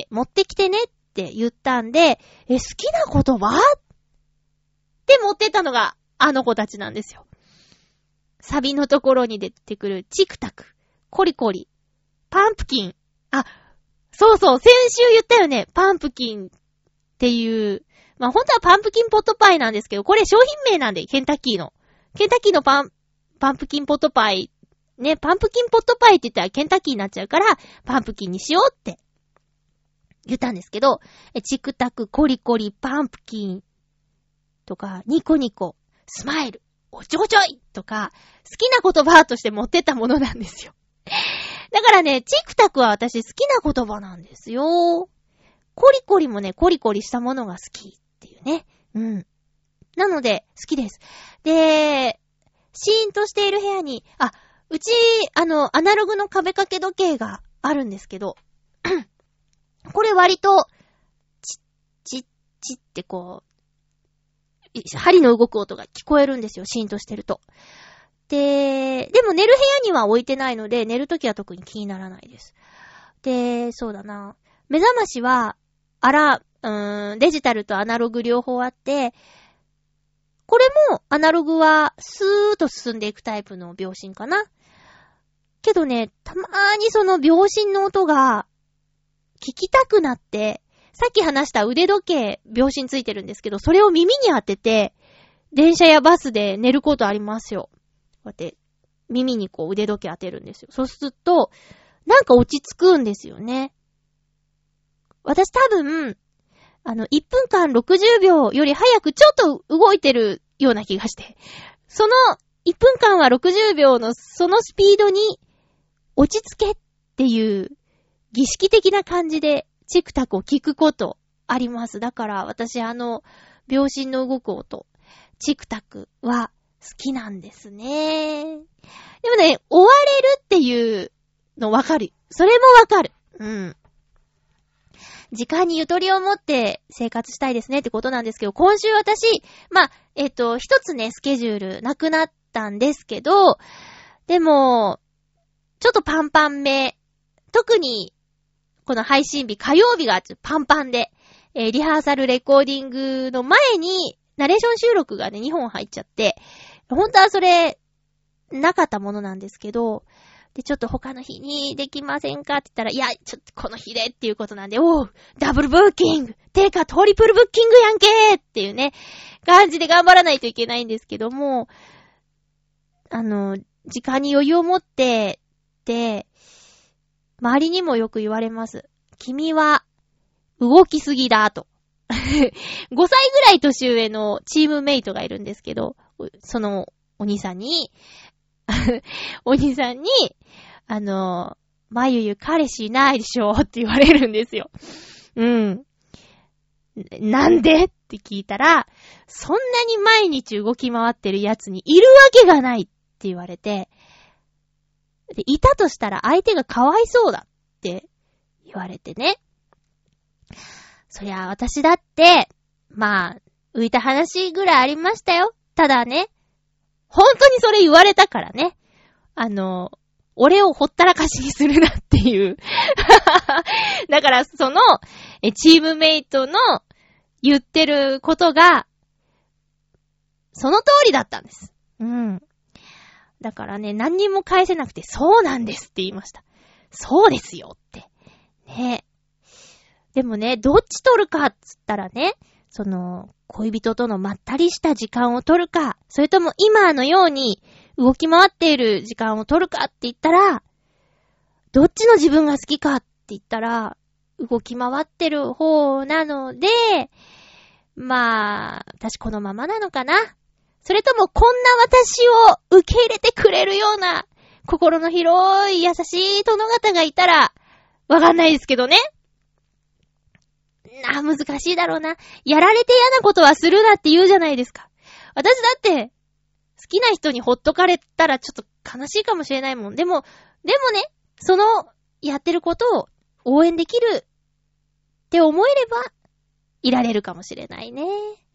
持ってきてねって言ったんで、え、好きな言葉？で持ってったのがあの子たちなんですよ。サビのところに出てくるチクタク、コリコリ、パンプキン。あ、そうそう、先週言ったよね。パンプキンっていう。まあ、本当はパンプキンポットパイなんですけど、これ商品名なんで、ケンタッキーの。ケンタッキーのパン、パンプキンポットパイ。ね、パンプキンポットパイって言ったらケンタッキーになっちゃうから、パンプキンにしようって言ったんですけど、チクタク、コリコリ、パンプキン。とか、ニコニコ、スマイル、おちょちょいとか、好きな言葉として持ってったものなんですよ。だからね、チクタクは私好きな言葉なんですよ。コリコリもね、コリコリしたものが好きっていうね。うん。なので、好きです。で、シーンとしている部屋に、あ、うち、あの、アナログの壁掛け時計があるんですけど、これ割と、チッ、チッ、チッってこう、針の動く音が聞こえるんですよ、シーンとしてると。で、でも寝る部屋には置いてないので、寝るときは特に気にならないです。で、そうだな。目覚ましは、あら、うーん、デジタルとアナログ両方あって、これもアナログはスーッと進んでいくタイプの秒針かな。けどね、たまーにその秒針の音が聞きたくなって、さっき話した腕時計、秒針ついてるんですけど、それを耳に当てて、電車やバスで寝ることありますよ。こうやって、耳にこう腕時計当てるんですよ。そうすると、なんか落ち着くんですよね。私多分、あの、いっぷんかんろくじゅうびょうより早くちょっと動いてるような気がして、そのいっぷんかんはろくじゅうびょうのそのスピードに落ち着けっていう儀式的な感じで、チクタクを聞くことあります。だから私あの秒針の動く音、チクタクは好きなんですね。でもね、追われるっていうのわかる。それもわかる。うん。時間にゆとりを持って生活したいですねってことなんですけど、今週私、まあ、えっと、一つね、スケジュールなくなったんですけど、でも、ちょっとパンパンめ。特に、この配信日、火曜日がパンパンで、えー、リハーサルレコーディングの前に、ナレーション収録がね、にほん入っちゃって、本当はそれ、なかったものなんですけど、で、ちょっと他の日にできませんかって言ったら、いや、ちょっとこの日でっていうことなんで、おう、ダブルブッキングてかトリプルブッキングやんけーっていうね、感じで頑張らないといけないんですけども、あの、時間に余裕を持って、で、周りにもよく言われます。君は動きすぎだと。ごさいぐらい年上のチームメイトがいるんですけど、そのお兄さんに、お兄さんに、あの、まゆゆ彼氏いないでしょって言われるんですよ。うん。 なんでって聞いたら、そんなに毎日動き回ってるやつにいるわけがないって言われて、で、いたとしたら相手がかわいそうだって言われてね。そりゃ私だって、まあ、浮いた話ぐらいありましたよ。ただね、本当にそれ言われたからね。あの、俺をほったらかしにするなっていう。だからその、チームメイトの言ってることが、その通りだったんです。うん。だからね、何にも返せなくて、そうなんですって言いました。そうですよって。ね。でもね、どっち取るかっつったらね、その、恋人とのまったりした時間を取るか、それとも今のように動き回っている時間を取るかって言ったら、どっちの自分が好きかって言ったら、動き回ってる方なので、まあ、私このままなのかな。それともこんな私を受け入れてくれるような心の広い優しい殿方がいたらわかんないですけどね。なあ、難しいだろうな。やられて嫌なことはするなって言うじゃないですか。私だって好きな人にほっとかれたらちょっと悲しいかもしれないもん。でも、でもね、そのやってることを応援できるって思えればいられるかもしれないね。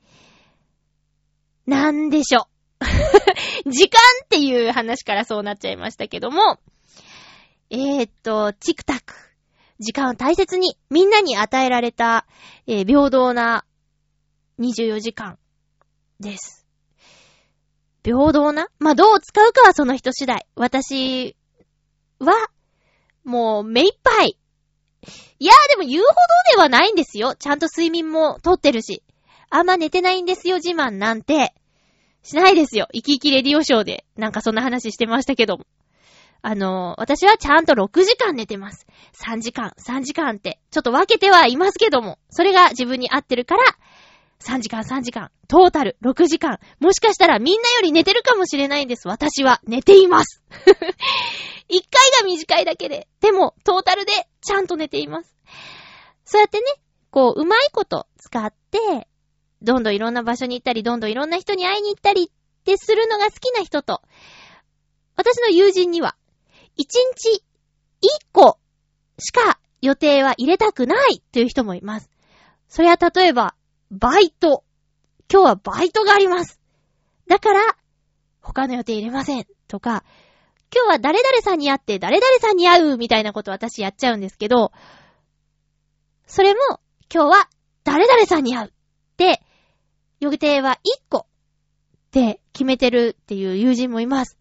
なんでしょう。時間っていう話からそうなっちゃいましたけども、えーっと、チクタク。時間を大切に、みんなに与えられた、えー、平等なにじゅうよじかんです。平等な？まあ、どう使うかはその人次第。私は、もう目いっぱい。いやーでも言うほどではないんですよ。ちゃんと睡眠もとってるし。あんま寝てないんですよ自慢なんてしないですよ。生き生きレディオショーでなんかそんな話してましたけども。あのー、私はちゃんとろくじかん寝てます。さんじかん、さんじかんってちょっと分けてはいますけども、それが自分に合ってるからさんじかんさんじかん、トータルろくじかん。もしかしたらみんなより寝てるかもしれないんです。私は寝ています。一回が短いだけで、でもトータルでちゃんと寝ています。そうやってね、こううまいこと使ってどんどんいろんな場所に行ったり、どんどんいろんな人に会いに行ったりってするのが好きな人と、私の友人には一日一個しか予定は入れたくないという人もいます。それは例えばバイト。今日はバイトがあります。だから他の予定入れませんとか、今日は誰々さんに会って誰々さんに会うみたいなこと私やっちゃうんですけど、それも今日は誰々さんに会うって予定は一個って決めてるっていう友人もいます。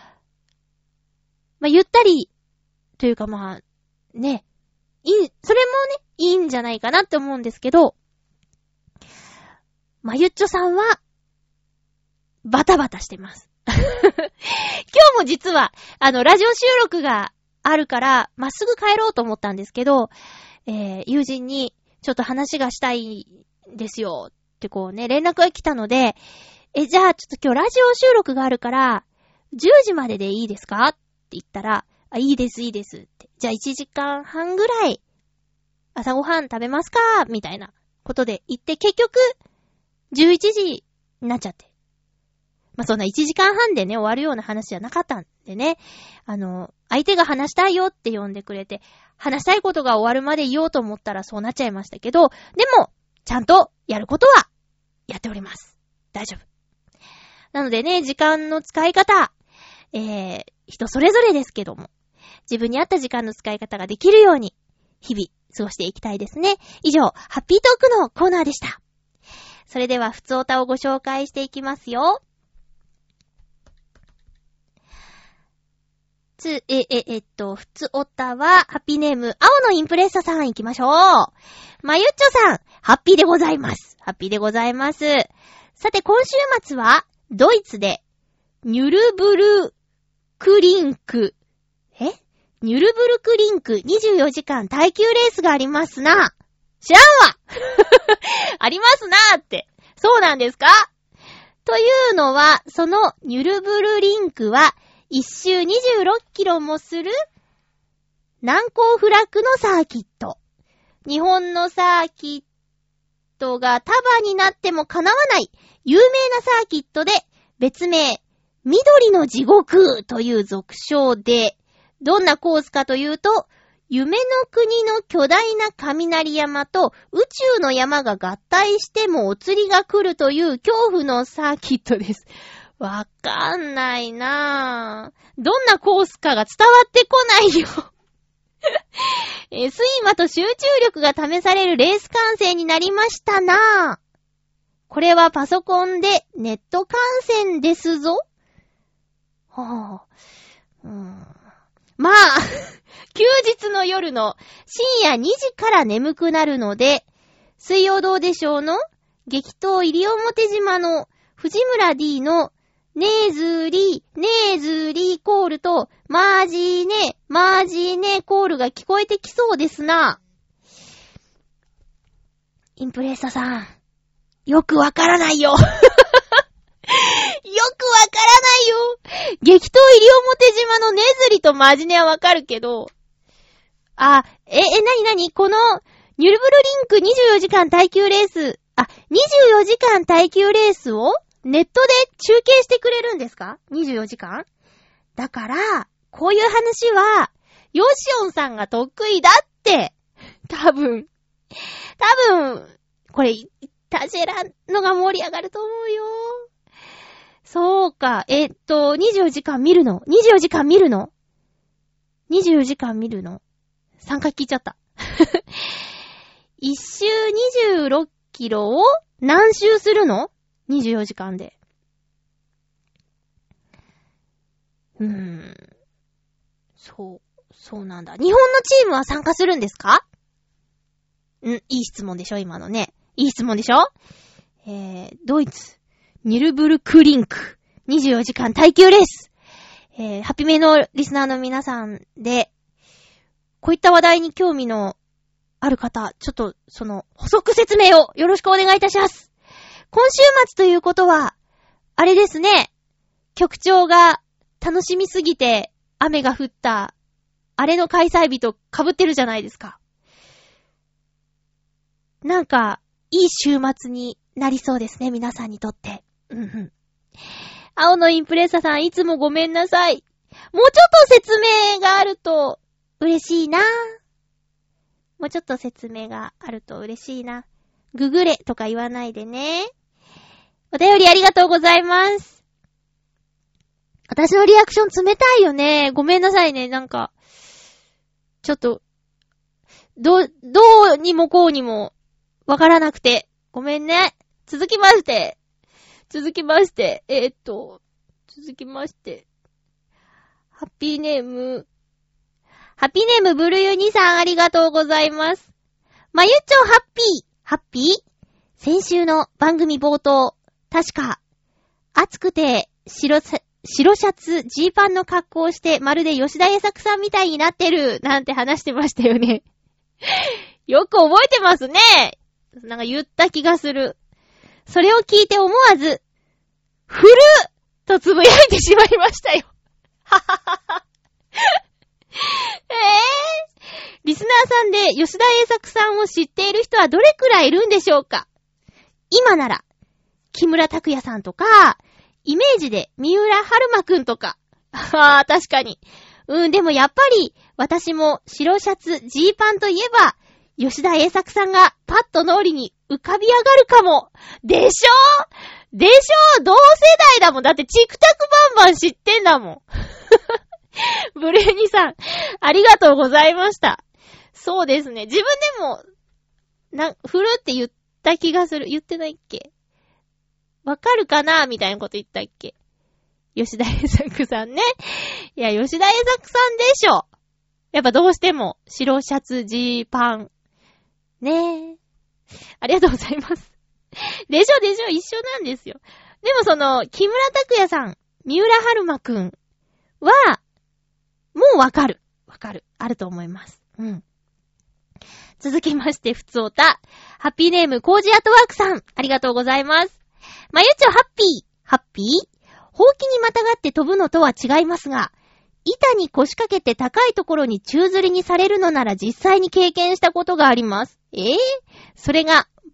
まあ、ゆったりというかまあね、いい、それもねいいんじゃないかなって思うんですけど、まゆっちょさんはバタバタしてます。今日も実はあのラジオ収録があるからまっすぐ帰ろうと思ったんですけど、えー、友人にちょっと話がしたいんですよってこうね連絡が来たので、えじゃあちょっと今日ラジオ収録があるからじゅうじまででいいですかって言ったら、あ、いいですいいですって、じゃあいちじかんはんぐらい朝ごはん食べますかみたいなことで言って、結局じゅういちじになっちゃって、まあ、そんないちじかんはんでね終わるような話じゃなかったんでね、あの相手が話したいよって呼んでくれて、話したいことが終わるまで言おうと思ったらそうなっちゃいましたけど、でもちゃんとやることはやっております。大丈夫なのでね、時間の使い方、えー、人それぞれですけども、自分に合った時間の使い方ができるように日々過ごしていきたいですね。以上、ハッピートークのコーナーでした。それではふつおたをご紹介していきますよ。つ、え、え、えっと、ふつおたは、ハッピーネーム、青のインプレッサさん行きましょう。まゆっちょさん、ハッピーでございます。ハッピーでございます。さて、今週末は、ドイツで、ニュルブルクリンク、えニュルブルクリンクにじゅうよじかん耐久レースがありますな。知らんわありますなーって。そうなんですか？というのは、そのニュルブルリンクは、一周にじゅうろっキロもする難攻不落のサーキット。日本のサーキットが束になっても叶わない有名なサーキットで、別名、緑の地獄という俗称で、どんなコースかというと、夢の国の巨大な雷山と宇宙の山が合体してもお釣りが来るという恐怖のサーキットです。わかんないなぁ。どんなコースかが伝わってこないよ。えー、睡魔と集中力が試されるレース観戦になりましたなぁ。これはパソコンでネット観戦ですぞ。はぁ、うん、まあ、休日の夜の深夜にじから眠くなるので、水曜どうでしょうの激闘西表島の藤村 D のネーズリー、ネーズリーコールとマージーネ、マージーネコールが聞こえてきそうですな。インプレッサさん、よくわからないよ。よくわからないよ。激闘西表島のネズリとマジネはわかるけど、あ、え、え、なになにこのニュルブルリンクにじゅうよじかん耐久レース、あ、にじゅうよじかん耐久レースをネットで中継してくれるんですか ?にじゅうよじかん? だから、こういう話は、ヨシオンさんが得意だって、多分、多分、これ、タジェラのが盛り上がると思うよ。そうか、えっと、にじゅうよじかん見るの ?にじゅうよじかん見るの ?にじゅうよじかん見るのさんかい聞いちゃった。一周にじゅうろっキロを何周するの ?にじゅうよじかんで。うーん。そう、そうなんだ。日本のチームは参加するんですか？ん、いい質問でしょ今のね。いい質問でしょえー、ドイツ、ニルブルクリンク、にじゅうよじかん耐久レース。えー、ハピメのリスナーの皆さんで、こういった話題に興味のある方、ちょっとその補足説明をよろしくお願いいたします。今週末ということは、あれですね、局長が楽しみすぎて雨が降った、あれの開催日と被ってるじゃないですか。なんか、いい週末になりそうですね、皆さんにとって。うんうん。青のインプレッサさん、いつもごめんなさい。もうちょっと説明があると嬉しいな。もうちょっと説明があると嬉しいな。ググれとか言わないでね。お便りありがとうございます。私のリアクション冷たいよね。ごめんなさいね。なんか、ちょっと、ど、どうにもこうにもわからなくて。ごめんね。続きまして。続きまして。えー、っと、続きまして。ハッピーネーム。ハッピーネームブルユニさんありがとうございます。まゆっちょハッピー。ハッピー？先週の番組冒頭、確か、暑くて白さ、白シャツ、ジーパンの格好をして、まるで吉田栄作さんみたいになってる、なんて話してましたよね。よく覚えてますね。なんか言った気がする。それを聞いて思わず、ふるとつぶやいてしまいましたよ。はははは。えぇ、ー、リスナーさんで吉田栄作さんを知っている人はどれくらいいるんでしょうか？今なら、木村拓哉さんとか、イメージで三浦春馬くんとか。ああ、確かに。うん、でもやっぱり、私も白シャツ、ジーパンといえば、吉田栄作さんがパッと脳裏に浮かび上がるかも。でしょでしょ同世代だもん。だってチクタクバンバン知ってんだもん。ブレーニさん、ありがとうございました。そうですね。自分でも、な、ふるって言った気がする。言ってないっけ？わかるかなみたいなこと言ったっけ？吉田栄作さんね。いや、吉田栄作さんでしょ。やっぱどうしても、白シャツ、ジーパン。ねえ。ありがとうございます。でしょでしょ一緒なんですよ。でもその、木村拓哉さん、三浦春馬くんは、もうわかる。わかる。あると思います。うん。続きまして、ふつおた。ハッピーネーム、コージアートワークさん。ありがとうございます。まゆちょハッピー。ハッピー？ほうきにまたがって飛ぶのとは違いますが、板に腰掛けて高いところに宙吊りにされるのなら実際に経験したことがあります。えー、それが、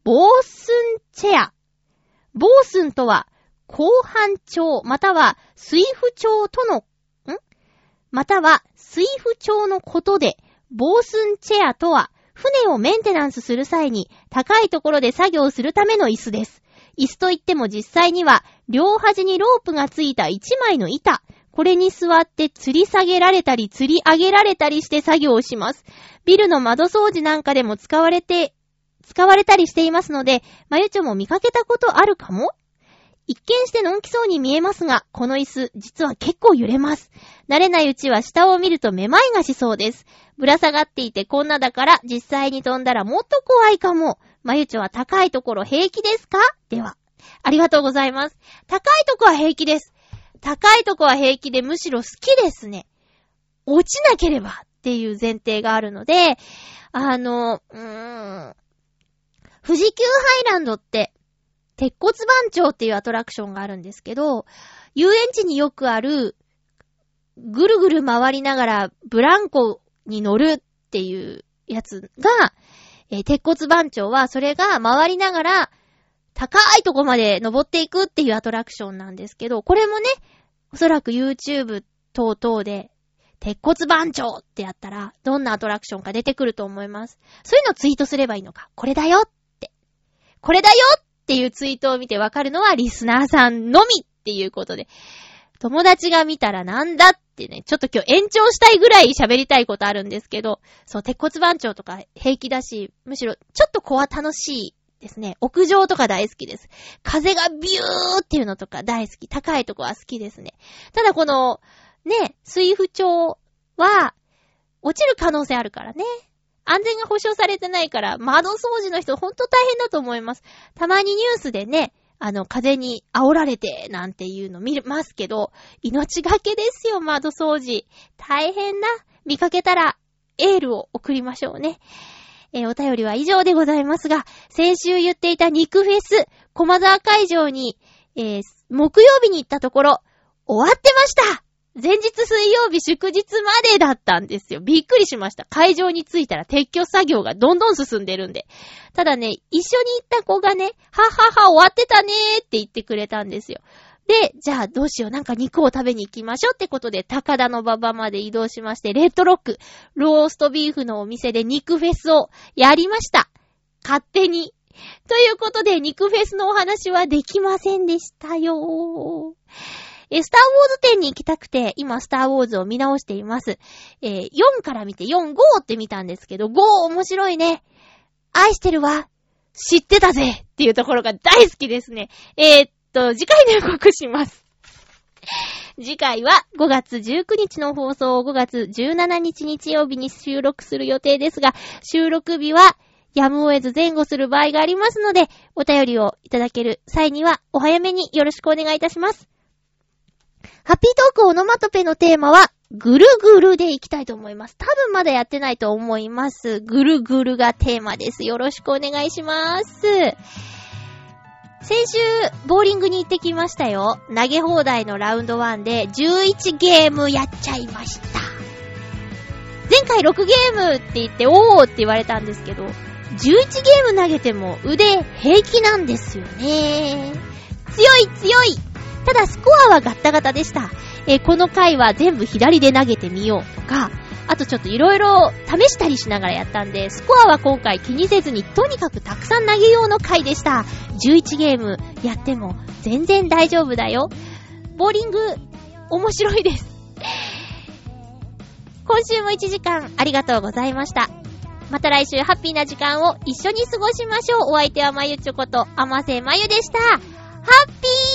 ボースンチェア。ボースンとは、後半調、または水夫調との、んまたは水夫調のことで、ボースンチェアとは、船をメンテナンスする際に高いところで作業するための椅子です。椅子といっても実際には両端にロープがついた一枚の板。これに座って吊り下げられたり吊り上げられたりして作業をします。ビルの窓掃除なんかでも使われて、使われたりしていますので、まゆちょも見かけたことあるかも？一見してのんきそうに見えますが、この椅子、実は結構揺れます。慣れないうちは下を見るとめまいがしそうです。ぶら下がっていてこんなだから実際に飛んだらもっと怖いかも。まゆちょは高いところ平気ですか？では、ありがとうございます。高いとこは平気です。高いとこは平気でむしろ好きですね。落ちなければっていう前提があるので、あの、うーん、富士急ハイランドって、鉄骨番長っていうアトラクションがあるんですけど、遊園地によくある、ぐるぐる回りながらブランコに乗るっていうやつが、えー、鉄骨番長はそれが回りながら高いとこまで登っていくっていうアトラクションなんですけど、これもね、おそらく YouTube 等々で鉄骨番長ってやったらどんなアトラクションか出てくると思います。そういうのをツイートすればいいのか。これだよって。これだよっていうツイートを見てわかるのはリスナーさんのみっていうことで。友達が見たらなんだってね、ちょっと今日延長したいぐらい喋りたいことあるんですけど、そう、鉄骨番長とか平気だし、むしろちょっと子は楽しいですね。屋上とか大好きです。風がビューっていうのとか大好き。高いとこは好きですね。ただこの、ね、水夫町は落ちる可能性あるからね。安全が保証されてないから、窓掃除の人ほんと大変だと思います。たまにニュースでね、あの、風に煽られて、なんていうの見ますけど、命がけですよ、窓掃除。大変だ。見かけたら、エールを送りましょうね。えー、お便りは以上でございますが、先週言っていた肉フェス、駒沢会場に、えー、木曜日に行ったところ、終わってました。前日水曜日祝日までだったんですよ。びっくりしました。会場に着いたら撤去作業がどんどん進んでるんで。ただね、一緒に行った子がね、ははは終わってたねーって言ってくれたんですよ。で、じゃあどうしよう、なんか肉を食べに行きましょうってことで、高田の馬場まで移動しまして、レッドロック、ローストビーフのお店で肉フェスをやりました。勝手に。ということで、肉フェスのお話はできませんでしたよー。え、スターウォーズ展に行きたくて、今スターウォーズを見直しています。えー、よんから見てよん、ごって見たんですけど、ご面白いね。愛してるわ。知ってたぜっていうところが大好きですね。えー、っと、次回の予告します。次回はごがつじゅうくにちの放送をごがつじゅうしちにち日曜日に収録する予定ですが、収録日はやむを得ず前後する場合がありますので、お便りをいただける際にはお早めによろしくお願いいたします。ハッピートークオノマトペのテーマはぐるぐるでいきたいと思います。多分まだやってないと思います。ぐるぐるがテーマです。よろしくお願いします。先週ボーリングに行ってきましたよ。投げ放題のラウンドワンでじゅういちゲームやっちゃいました。前回ろくゲームって言っておーって言われたんですけど、じゅういちゲーム投げても腕平気なんですよね。強い強い。ただスコアはガッタガタでした。えー、この回は全部左で投げてみようとか、あとちょっといろいろ試したりしながらやったんで、スコアは今回気にせずにとにかくたくさん投げようの回でした。じゅういちゲームやっても全然大丈夫だよ。ボーリング面白いです。今週もいちじかんありがとうございました。また来週ハッピーな時間を一緒に過ごしましょう。お相手はまゆちょことあませまゆでした。ハッピー